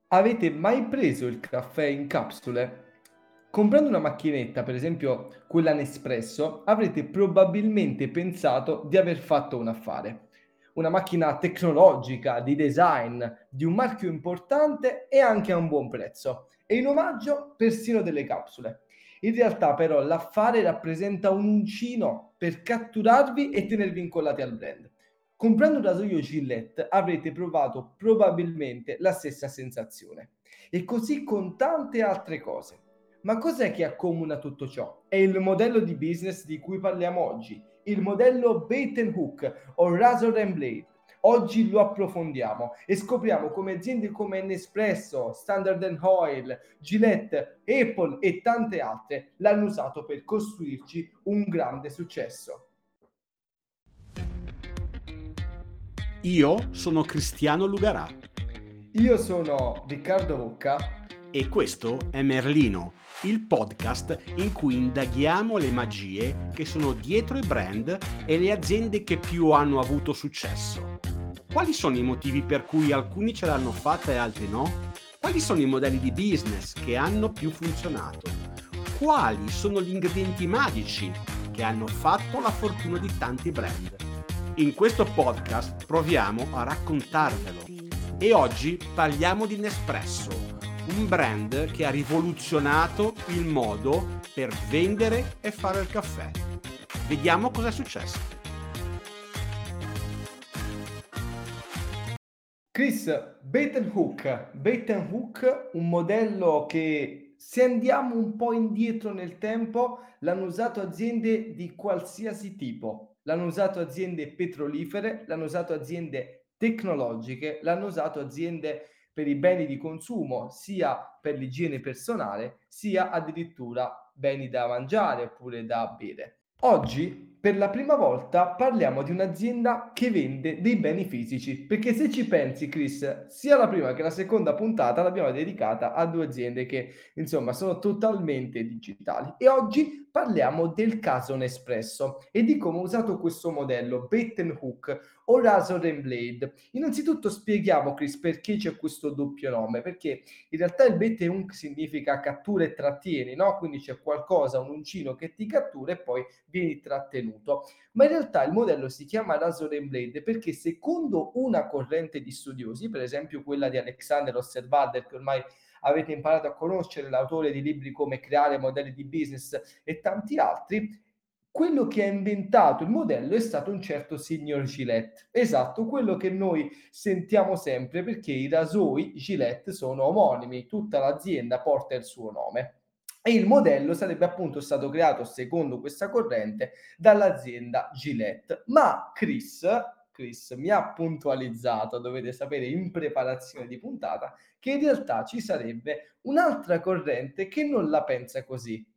Avete mai preso il caffè in capsule? Comprando una macchinetta, per esempio quella Nespresso, avrete probabilmente pensato di aver fatto un affare. Una macchina tecnologica, di design, di un marchio importante e anche a un buon prezzo. E in omaggio persino delle capsule. In realtà però l'affare rappresenta un uncino per catturarvi e tenervi incollati al brand. Comprando un rasoio Gillette avrete provato probabilmente la stessa sensazione. E così con tante altre cose. Ma cos'è che accomuna tutto ciò? È il modello di business di cui parliamo oggi, il modello bait and hook o razor and blade. Oggi lo approfondiamo e scopriamo come aziende come Nespresso, Standard Oil, Gillette, Apple e tante altre l'hanno usato per costruirci un grande successo. Io sono Cristiano Lugarà Io sono Riccardo Rocca. e questo è Merlino, il podcast in cui indaghiamo le magie che sono dietro i brand e le aziende che più hanno avuto successo. Quali sono i motivi per cui alcuni ce l'hanno fatta e altri no? Quali sono i modelli di business che hanno più funzionato? Quali sono gli ingredienti magici che hanno fatto la fortuna di tanti brand? In questo podcast proviamo a raccontarvelo e oggi parliamo di Nespresso, un brand che ha rivoluzionato il modo per vendere e fare il caffè. Vediamo cosa è successo. Chris, Bait and Hook, un modello che se andiamo un po' indietro nel tempo l'hanno usato aziende di qualsiasi tipo, l'hanno usato aziende petrolifere, l'hanno usato aziende tecnologiche, l'hanno usato aziende per i beni di consumo, sia per l'igiene personale, sia addirittura beni da mangiare oppure da bere. Oggi, per la prima volta, parliamo di un'azienda che vende dei beni fisici, perché se ci pensi, Chris, sia la prima che la seconda puntata l'abbiamo dedicata a due aziende che, insomma, sono totalmente digitali. E oggi parliamo del caso Nespresso e di come ho usato questo modello Bait and Hook o Razor and Blade. Innanzitutto spieghiamo, Chris, perché c'è questo doppio nome, perché in realtà il bait and hook significa cattura e trattieni, no? Quindi c'è qualcosa, un uncino che ti cattura e poi vieni trattenuto. Ma in realtà il modello si chiama Razor and Blade perché secondo una corrente di studiosi, per esempio quella di Alexander Osterwalder, che ormai avete imparato a conoscere, l'autore di libri come Creare modelli di business e tanti altri, quello che ha inventato il modello è stato un certo signor Gillette. Esatto, quello che noi sentiamo sempre perché i rasoi Gillette sono omonimi, tutta l'azienda porta il suo nome. E il modello sarebbe appunto stato creato, secondo questa corrente, dall'azienda Gillette. Ma Chris mi ha puntualizzato, dovete sapere, in preparazione di puntata, che in realtà ci sarebbe un'altra corrente che non la pensa così.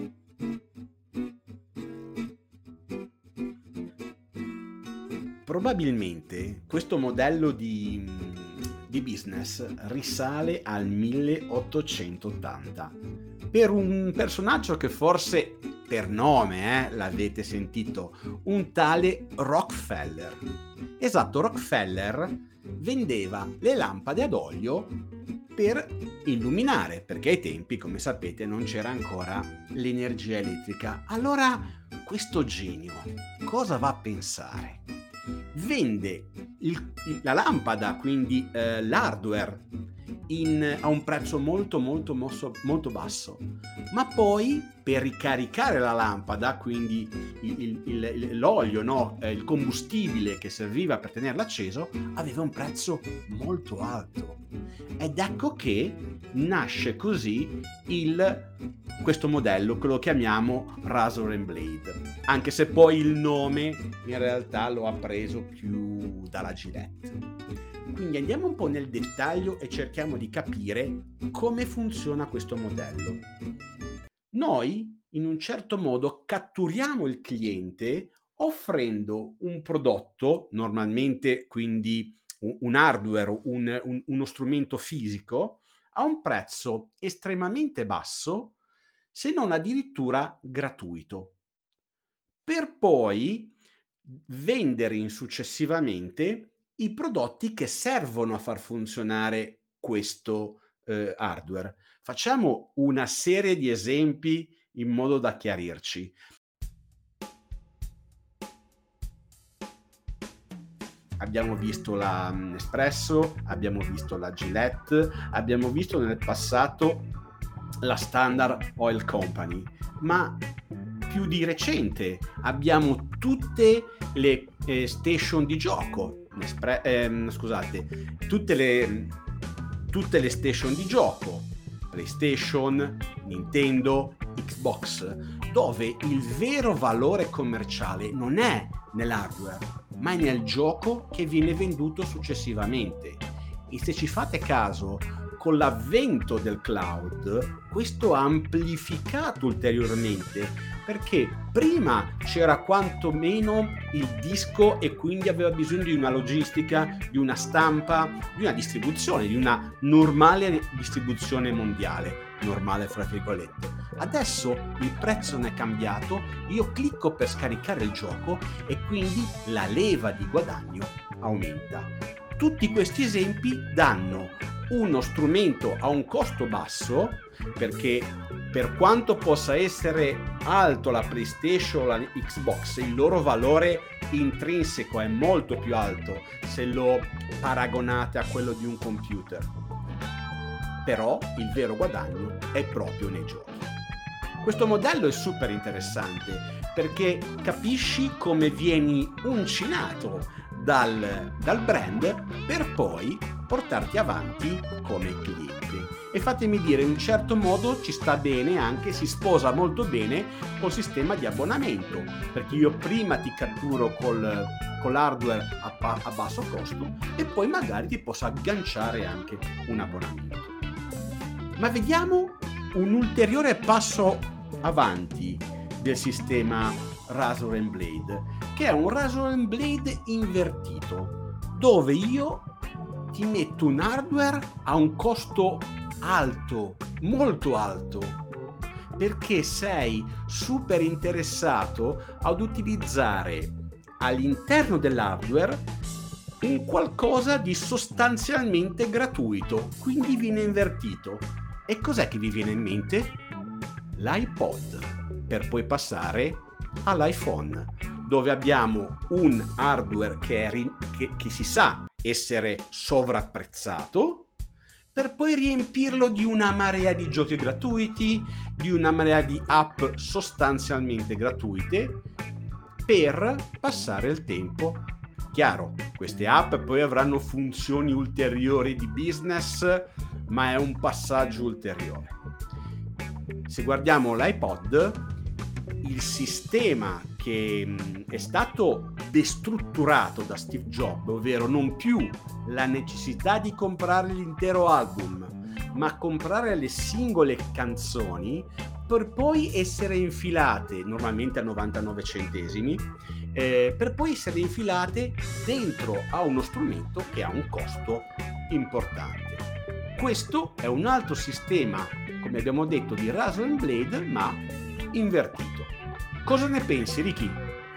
Probabilmente questo modello di business risale al 1880 per un personaggio che forse per nome l'avete sentito, un tale Rockefeller. Esatto, Rockefeller vendeva le lampade ad olio per illuminare, perché ai tempi, come sapete, non c'era ancora l'energia elettrica. Allora, questo genio cosa va a pensare? Vende la lampada, quindi l'hardware, a un prezzo molto basso, ma poi per ricaricare la lampada, quindi l'olio, no? Il combustibile che serviva per tenerla acceso, aveva un prezzo molto alto. Ed ecco che nasce così questo modello che lo chiamiamo Razor and Blade, anche se poi il nome in realtà lo ha preso più dalla Gillette. Quindi andiamo un po' nel dettaglio e cerchiamo di capire come funziona questo modello. Noi, in un certo modo, catturiamo il cliente offrendo un prodotto, normalmente quindi un hardware, uno strumento fisico, a un prezzo estremamente basso, se non addirittura gratuito, per poi vendere successivamente i prodotti che servono a far funzionare questo hardware. Facciamo una serie di esempi in modo da chiarirci. Abbiamo visto la Nespresso, abbiamo visto la Gillette, abbiamo visto nel passato la Standard Oil Company, ma più di recente abbiamo tutte le, station di gioco, scusate, tutte le station di gioco, PlayStation, Nintendo, Xbox, dove il vero valore commerciale non è nell'hardware, ma è nel gioco che viene venduto successivamente. E se ci fate caso, con l'avvento del cloud, questo ha amplificato ulteriormente, perché prima c'era quantomeno il disco e quindi aveva bisogno di una logistica, di una stampa, di una distribuzione, di una normale distribuzione mondiale, normale fra virgolette. Adesso il prezzo non è cambiato, io clicco per scaricare il gioco e quindi la leva di guadagno aumenta. Tutti questi esempi danno uno strumento a un costo basso, perché per quanto possa essere alto la PlayStation o la Xbox, il loro valore intrinseco è molto più alto se lo paragonate a quello di un computer. Però il vero guadagno è proprio nei giochi. Questo modello è super interessante perché capisci come vieni uncinato dal brand per poi portarti avanti come cliente. E fatemi dire, in un certo modo ci sta bene anche, si sposa molto bene col sistema di abbonamento, perché io prima ti catturo con l'hardware a basso costo e poi magari ti posso agganciare anche un abbonamento. Ma vediamo un ulteriore passo avanti del sistema Razor Blade, che è un Razor Blade invertito, dove io ti metto un hardware a un costo alto, molto alto, perché sei super interessato ad utilizzare all'interno dell'hardware un qualcosa di sostanzialmente gratuito, quindi viene invertito. E cos'è che vi viene in mente? L'iPod, per poi passare all'iPhone, dove abbiamo un hardware che si sa essere sovrapprezzato, per poi riempirlo di una marea di giochi gratuiti, di una marea di app sostanzialmente gratuite, per passare il tempo. Chiaro, queste app poi avranno funzioni ulteriori di business, ma è un passaggio ulteriore. Se guardiamo l'iPod, il sistema che è stato destrutturato da Steve Jobs, ovvero non più la necessità di comprare l'intero album, ma comprare le singole canzoni per poi essere infilate, normalmente a 99 centesimi, per poi essere infilate dentro a uno strumento che ha un costo importante. Questo è un altro sistema, come abbiamo detto, di Razor Blade, ma invertito. Cosa ne pensi, Ricky?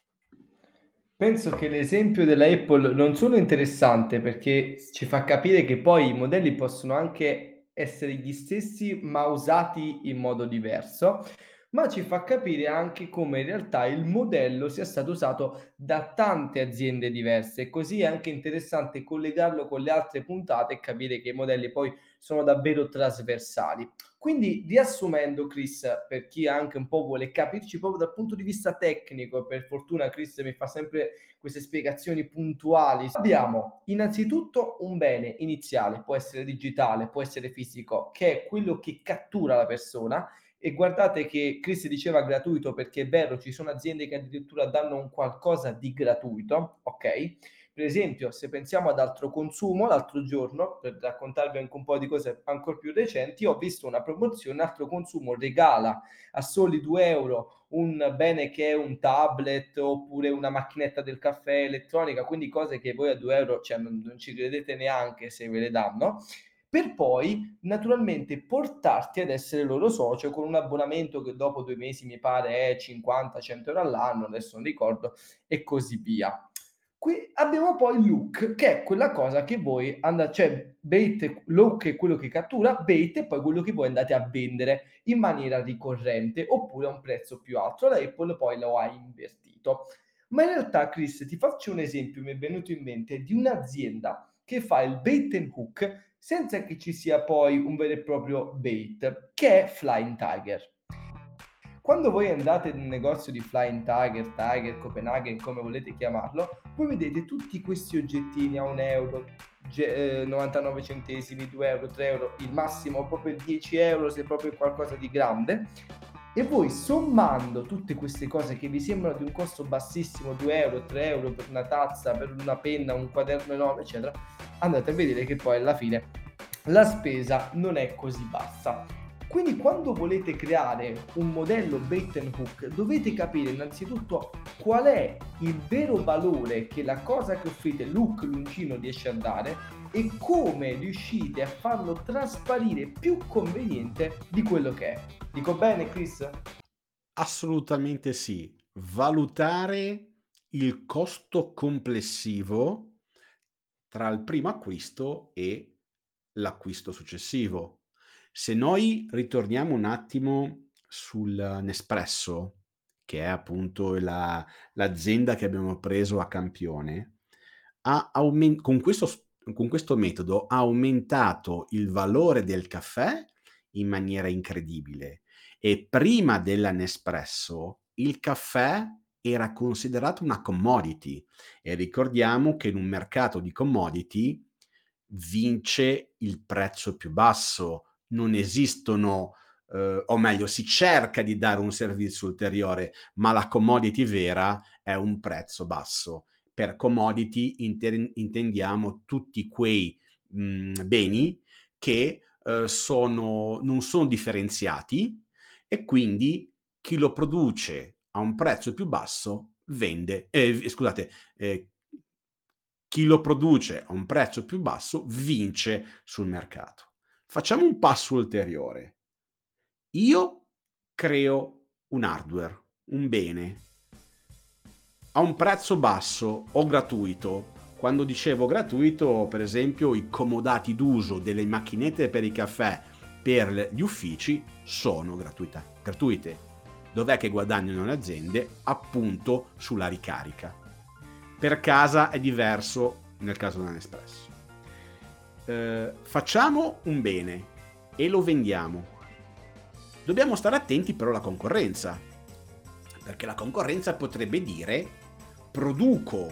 Penso che l'esempio della Apple non solo è interessante perché ci fa capire che poi i modelli possono anche essere gli stessi, ma usati in modo diverso, ma ci fa capire anche come in realtà il modello sia stato usato da tante aziende diverse. E così è anche interessante collegarlo con le altre puntate e capire che i modelli poi sono davvero trasversali. Quindi, riassumendo, Chris, per chi anche un po' vuole capirci proprio dal punto di vista tecnico, per fortuna Chris mi fa sempre queste spiegazioni puntuali. Abbiamo innanzitutto un bene iniziale, può essere digitale, può essere fisico, che è quello che cattura la persona. E guardate che Chris diceva gratuito perché è vero, ci sono aziende che addirittura danno un qualcosa di gratuito, ok? Per esempio, se pensiamo ad altro consumo, l'altro giorno, per raccontarvi anche un po' di cose ancora più recenti, ho visto una promozione, altro consumo regala a soli 2 euro un bene che è un tablet oppure una macchinetta del caffè elettronica, quindi cose che voi a 2 euro cioè, non ci credete neanche se ve le danno, per poi naturalmente portarti ad essere loro socio con un abbonamento che dopo 2 mesi mi pare è 50-100 euro all'anno, adesso non ricordo, e così via. Qui abbiamo poi look, che è quella cosa che voi cioè bait, look è quello che cattura, bait è poi quello che voi andate a vendere in maniera ricorrente oppure a un prezzo più alto. La Apple poi lo ha invertito. Ma in realtà, Chris, ti faccio un esempio, mi è venuto in mente, di un'azienda che fa il bait and hook senza che ci sia poi un vero e proprio bait, che è Flying Tiger. Quando voi andate in un negozio di Flying Tiger, Tiger, Copenaghen, come volete chiamarlo, voi vedete tutti questi oggettini a 1 euro, 99 centesimi, 2 euro, 3 euro, il massimo proprio 10 euro se proprio è qualcosa di grande. E voi sommando tutte queste cose che vi sembrano di un costo bassissimo, 2 euro, 3 euro per una tazza, per una penna, un quaderno enorme, eccetera, andate a vedere che poi alla fine la spesa non è così bassa. Quindi quando volete creare un modello bait and hook dovete capire innanzitutto qual è il vero valore che la cosa che offrite, look, l'uncino, riesce a dare e come riuscite a farlo trasparire più conveniente di quello che è. Dico bene, Chris? Assolutamente sì. Valutare il costo complessivo tra il primo acquisto e l'acquisto successivo. Se noi ritorniamo un attimo sul Nespresso, che è appunto l'azienda che abbiamo preso a campione, con questo metodo ha aumentato il valore del caffè in maniera incredibile e prima della Nespresso il caffè era considerato una commodity e ricordiamo che in un mercato di commodity vince il prezzo più basso, non esistono o meglio si cerca di dare un servizio ulteriore, ma la commodity vera è un prezzo basso. Per commodity intendiamo tutti quei, beni che, non son differenziati e quindi chi lo produce a un prezzo più basso vende scusate, chi lo produce a un prezzo più basso vince sul mercato. Facciamo un passo ulteriore. Io creo un hardware, un bene, a un prezzo basso o gratuito. Quando dicevo gratuito, per esempio, i comodati d'uso delle macchinette per i caffè per gli uffici sono gratuite. Dov'è che guadagnano le aziende? Appunto sulla ricarica. Per casa è diverso nel caso dell'Espresso. Facciamo un bene e lo vendiamo. Dobbiamo stare attenti però alla concorrenza, perché la concorrenza potrebbe dire produco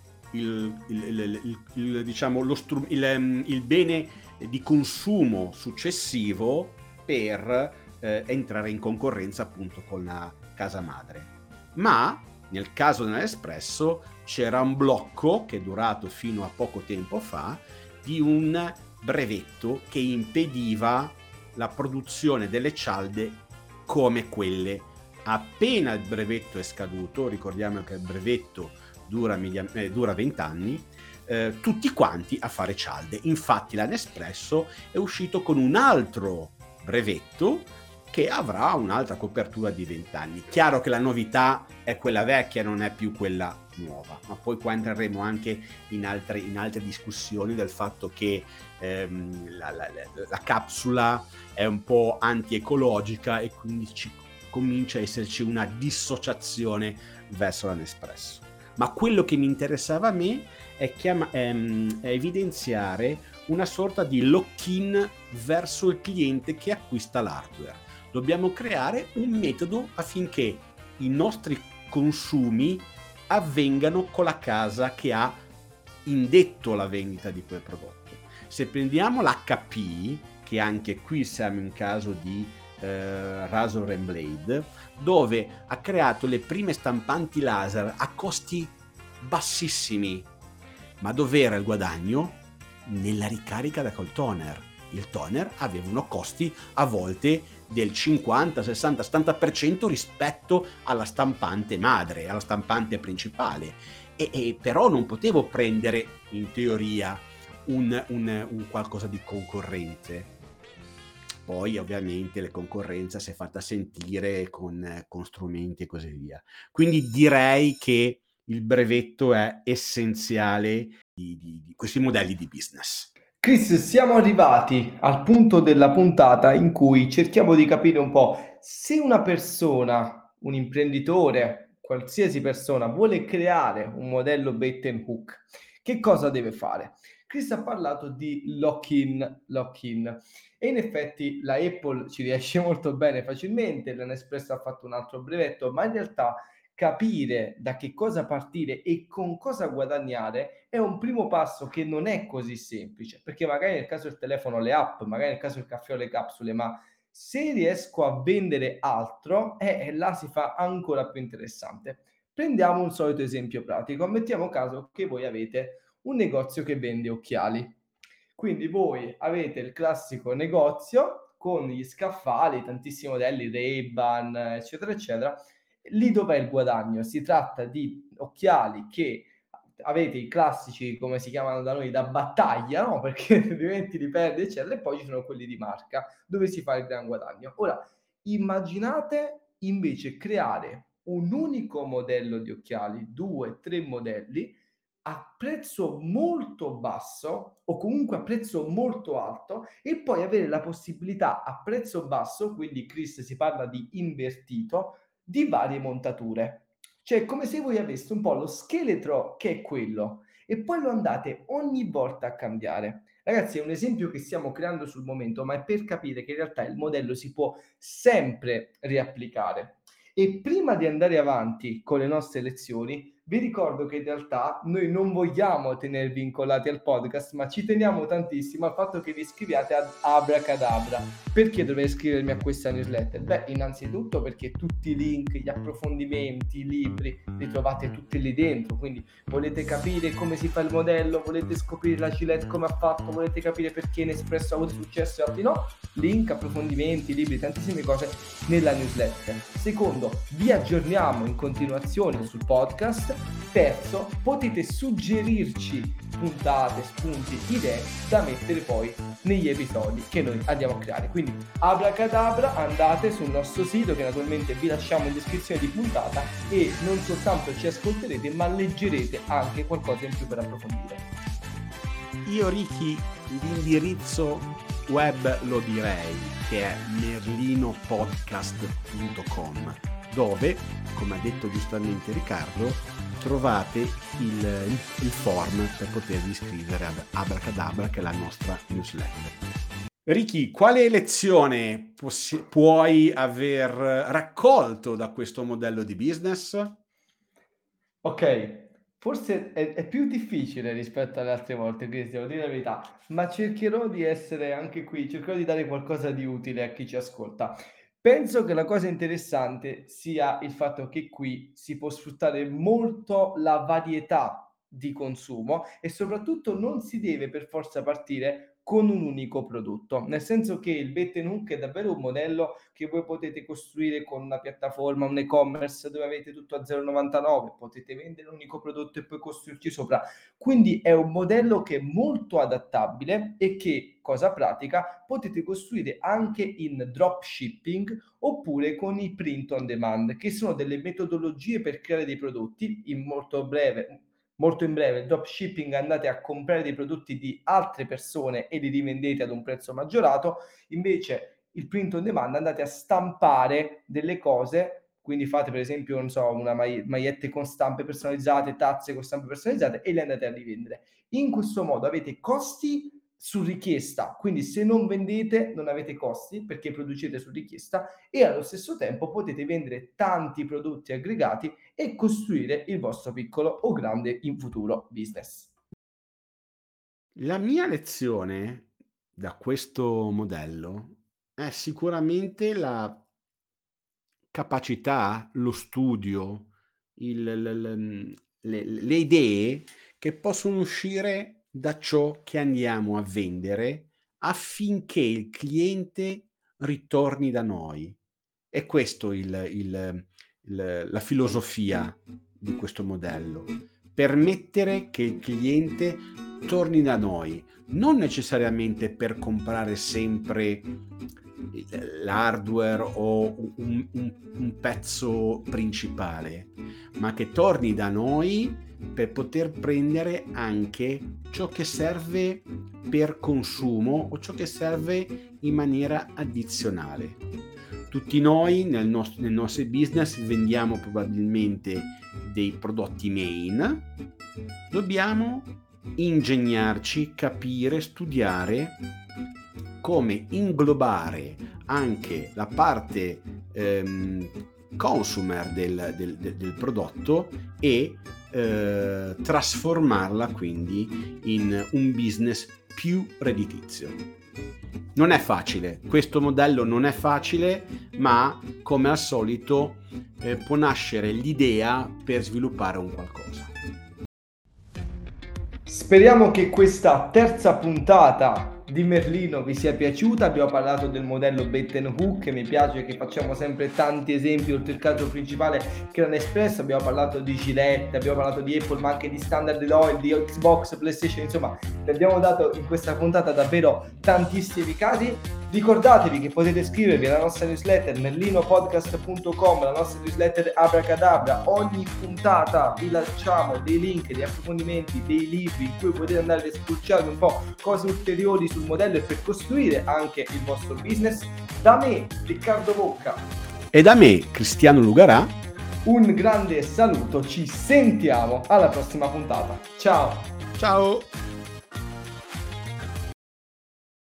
diciamo, il bene di consumo successivo per entrare in concorrenza appunto con la casa madre. Ma nel caso dell'Espresso c'era un blocco che è durato fino a poco tempo fa di un brevetto che impediva la produzione delle cialde come quelle. Appena il brevetto è scaduto, ricordiamo che il brevetto dura 20 anni, tutti quanti a fare cialde. Infatti la Nespresso è uscito con un altro brevetto che avrà un'altra copertura di 20 anni. Chiaro che la novità è quella vecchia, non è più quella nuova, ma poi qua entreremo anche in altre discussioni del fatto che la capsula è un po' antiecologica e quindi comincia a esserci una dissociazione verso la Nespresso. Ma quello che mi interessava a me è evidenziare una sorta di lock-in verso il cliente che acquista l'hardware. Dobbiamo creare un metodo affinché i nostri consumi avvengano con la casa che ha indetto la vendita di quel prodotto. Se prendiamo l'HP, che anche qui siamo in caso di Razor Blade, dove ha creato le prime stampanti laser a costi bassissimi, ma dov'era il guadagno? Nella ricarica col toner. Il toner avevano costi a volte del 50, 60, 70% rispetto alla stampante madre, alla stampante principale. E però non potevo prendere, in teoria, un qualcosa di concorrente. Poi ovviamente la concorrenza si è fatta sentire con strumenti e così via. Quindi direi che il brevetto è essenziale di questi modelli di business. Chris, siamo arrivati al punto della puntata in cui cerchiamo di capire un po' se una persona, un imprenditore, qualsiasi persona vuole creare un modello bait and hook, che cosa deve fare? Chris ha parlato di lock-in e in effetti la Apple ci riesce molto bene facilmente, la Nespresso ha fatto un altro brevetto, ma in realtà capire da che cosa partire e con cosa guadagnare è un primo passo che non è così semplice, perché magari nel caso del telefono le app, magari nel caso del caffè o le capsule, ma se riesco a vendere altro, là si fa ancora più interessante. Prendiamo un solito esempio pratico, mettiamo caso che voi avete un negozio che vende occhiali. Quindi voi avete il classico negozio con gli scaffali, tantissimi modelli, Ray-Ban, eccetera, eccetera. Lì dov'è il guadagno? Si tratta di occhiali che avete i classici, come si chiamano da noi, da battaglia, no? Perché altrimenti li perdi, eccetera, e poi ci sono quelli di marca, dove si fa il gran guadagno. Ora, immaginate invece creare un unico modello di occhiali, 2, 3 modelli, a prezzo molto basso o comunque a prezzo molto alto e poi avere la possibilità a prezzo basso, quindi Chris si parla di invertito, di varie montature. Cioè, come se voi aveste un po' lo scheletro che è quello e poi lo andate ogni volta a cambiare. Ragazzi, è un esempio che stiamo creando sul momento, ma è per capire che in realtà il modello si può sempre riapplicare. E prima di andare avanti con le nostre lezioni, vi ricordo che in realtà noi non vogliamo tenervi incollati al podcast, ma ci teniamo tantissimo al fatto che vi iscriviate ad Abracadabra. Perché dovrei iscrivermi a questa newsletter? Beh, innanzitutto perché tutti i link, gli approfondimenti, i libri, li trovate tutti lì dentro, quindi volete capire come si fa il modello, volete scoprire la Gillette come ha fatto, volete capire perché Nespresso ha avuto successo e altri no, link, approfondimenti, libri, tantissime cose nella newsletter. Secondo, vi aggiorniamo in continuazione sul podcast. Terzo, potete suggerirci puntate, spunti, idee da mettere poi negli episodi che noi andiamo a creare. Quindi abracadabra, andate sul nostro sito che naturalmente vi lasciamo in descrizione di puntata e non soltanto ci ascolterete ma leggerete anche qualcosa in più per approfondire. Io Ricky l'indirizzo web lo direi che è merlinopodcast.com, dove, come ha detto giustamente Riccardo, trovate il form per potervi iscrivere ad Abracadabra, che è la nostra newsletter. Ricky, quale lezione puoi aver raccolto da questo modello di business? Ok, forse è più difficile rispetto alle altre volte, quindi devo dire la verità, ma cercherò di essere anche qui, cercherò di dare qualcosa di utile a chi ci ascolta. Penso che la cosa interessante sia il fatto che qui si può sfruttare molto la varietà di consumo e soprattutto non si deve per forza partire con un unico prodotto, nel senso che il Bait and Hook è davvero un modello che voi potete costruire con una piattaforma, un e-commerce dove avete tutto a 0,99, potete vendere un unico prodotto e poi costruirci sopra. Quindi è un modello che è molto adattabile e che, cosa pratica, potete costruire anche in dropshipping oppure con i print on demand, che sono delle metodologie per creare dei prodotti in molto in breve, il dropshipping andate a comprare dei prodotti di altre persone e li rivendete ad un prezzo maggiorato, invece il print on demand andate a stampare delle cose, quindi fate per esempio, non so, una magliette con stampe personalizzate, tazze con stampe personalizzate e le andate a rivendere. In questo modo avete costi su richiesta, quindi se non vendete non avete costi perché producete su richiesta e allo stesso tempo potete vendere tanti prodotti aggregati e costruire il vostro piccolo o grande in futuro business. La mia lezione da questo modello è sicuramente la capacità, lo studio, le idee che possono uscire da ciò che andiamo a vendere affinché il cliente ritorni da noi. È questo la filosofia di questo modello. permettere che il cliente torni da noi, non necessariamente per comprare sempre l'hardware o un pezzo principale, ma che torni da noi per poter prendere anche ciò che serve per consumo o ciò che serve in maniera addizionale. Tutti noi nel nostro business vendiamo probabilmente dei prodotti main, dobbiamo ingegnarci, capire, studiare come inglobare anche la parte consumer del prodotto e trasformarla quindi in un business più redditizio. Non è facile, questo modello non è facile, ma come al solito può nascere l'idea per sviluppare un qualcosa. Speriamo che questa terza puntata di Merlino vi sia piaciuta. Abbiamo parlato del modello bait and hook, mi piace che facciamo sempre tanti esempi oltre il caso principale che era Nespresso. Abbiamo parlato di Gillette, abbiamo parlato di Apple, ma anche di Standard Oil, di Xbox, PlayStation, insomma vi abbiamo dato in questa puntata davvero tantissimi casi. Ricordatevi che potete iscrivervi alla nostra newsletter merlinopodcast.com, la nostra newsletter Abracadabra. Ogni puntata vi lasciamo dei link, dei approfondimenti, dei libri in cui potete andare a spulciare un po' cose ulteriori sul modello e per costruire anche il vostro business. Da me, Riccardo Bocca, e da me, Cristiano Lugarà, un grande saluto, ci sentiamo alla prossima puntata. Ciao! Ciao!